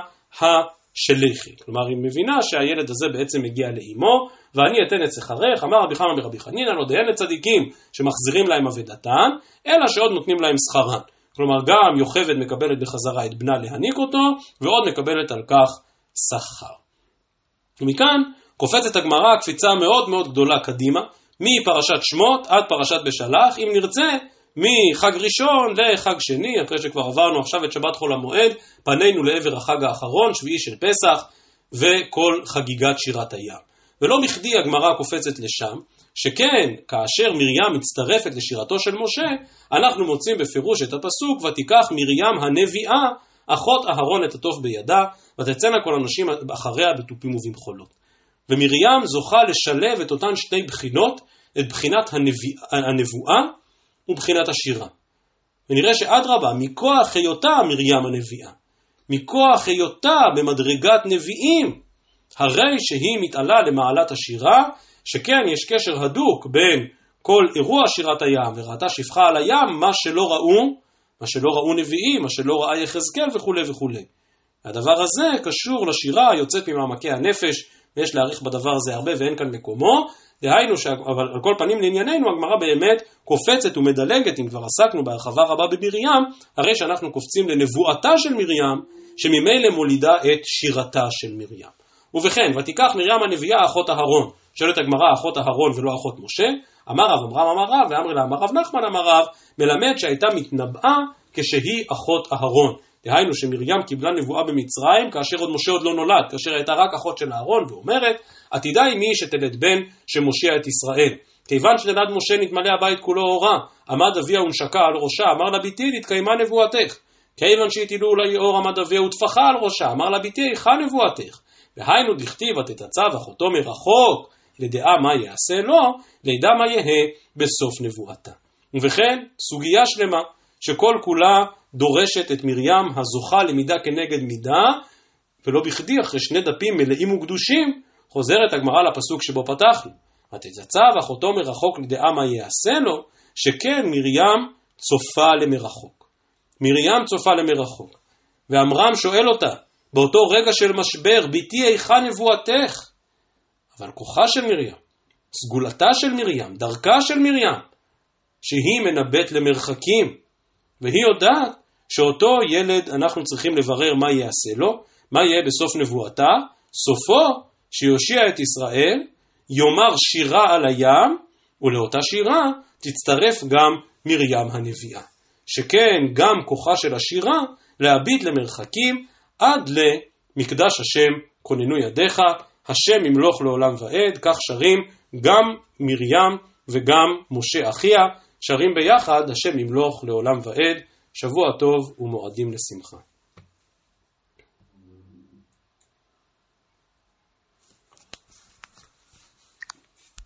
השליחי. כלומר היא מבינה שהילד הזה בעצם מגיע לאמו, ואני אתן את שכרך. אמר רבי חמא מרבי חנינא, לא דיין לצדיקים שמחזירים להם אבדתן, אלא שעוד נותנים להם שכרן. כלומר גם יוכבד מקבלת בחזרה את בנה להניק אותו, ועוד מקבלת על כך שכר. ומכאן קופצת הגמרא קפיצה מאוד מאוד גדולה קדימה, מפרשת שמות עד פרשת בשלח, אם נרצה, מחג ראשון לחג שני, אחרי שכבר עברנו עכשיו את שבת חול המועד, פנינו לעבר החג האחרון, שביעי של פסח, וכל חגיגת שירת הים. ולא בכדי הגמרא קופצת לשם, שכן כאשר מרים מצטרפת לשירתו של משה, אנחנו מוצאים בפירוש את הפסוק, ותיקח מרים הנביאה, אחות אהרון את התוף בידה, ותצאנה כל הנשים אחריה בתופים ובמחולות. ומרים זוכה לשלב את אותן שתי בחינות, את בחינת הנבואה ובחינת השירה. ונראה שאדרבה, מכוח היותה מרים הנביאה, מכוח היותה במדרגת נביאים, הרי שהיא מתעלה למעלת השירה, שכן יש קשר הדוק בין כל אירוע שירת הים וראתה שפחה על הים, מה שלא ראו, מה שלא ראו נביאים, מה שלא ראה יחזקאל וכו' וכו'. הדבר הזה קשור לשירה היוצאת ממעמקי הנפש, ויש להעריך בדבר הזה הרבה ואין כאן מקומו. דהיינו, אבל על כל פנים לענייננו, הגמרא באמת קופצת ומדלגת, אם כבר עסקנו בהרחבה רבה במרים, הרי שאנחנו קופצים לנבואתה של מרים, שממילא מולידה את שירתה של מרים. ובכן, ותיקח מרים הנביאה אחות אהרון, שואלת הגמרא אחות אהרון ולא אחות משה, אמר רב אמרם אמר רב, ואמר לה אמר רב נחמן אמר רב, מלמד שהייתה מתנבאה כשהיא אחות אהרון. דהיינו שמרים קיבלה נבואה במצרים כאשר עוד משה עוד לא נולד, כאשר הייתה רק אחות של אהרון, ואומרת, עתידה היא מי שתלד בן שמושיע את ישראל. כיוון שנולד משה נתמלא הבית כולו אורה, עמד אביה ונשקה על ראשה, אמר לה ביתי נתקיימה נבואתך. כיוון שהטילו לה אור עמד אביה וטפחה על ראשה, אמר לה ביתי היכן נבואתך. והיינו דכתיב ותתצב אחותו מרחוק, לדעה מה יעשה לו, לידע מה יהא בסוף נבואתה. ובכן, סוגיה שלמה שכל כולה דורשת את מרים הזוכה למידה כנגד מידה, ולא בכדי אחרי שני דפים מלאים וקדושים, חוזרת הגמרא לפסוק שבו פתחנו. ותתצב אחותו מרחוק לדעה מה יעשה לו, שכן מרים צופה למרחוק. מרים צופה למרחוק. ואמרם שואל אותה, באותו רגע של משבר, ביתי היכן נבואתך? אבל כוחה של מרים, סגולתה של מרים, דרכה של מרים, שהיא מנבט למרחקים, והיא יודעת שאותו ילד אנחנו צריכים לברר מה יעשה לו, מה יהיה בסוף נבואתה, סופו שיושיע את ישראל, יאמר שירה על הים, ולאותה שירה תצטרף גם מרים הנביאה. שכן גם כוחה של השירה להביט למרחקים עד למקדש השם כוננו ידיך, השם ימלוך לעולם ועד, כך שרים גם מרים וגם משה אחיה, שרים ביחד השם ימלוך לעולם ועד. שבוע טוב ומועדים לשמחה.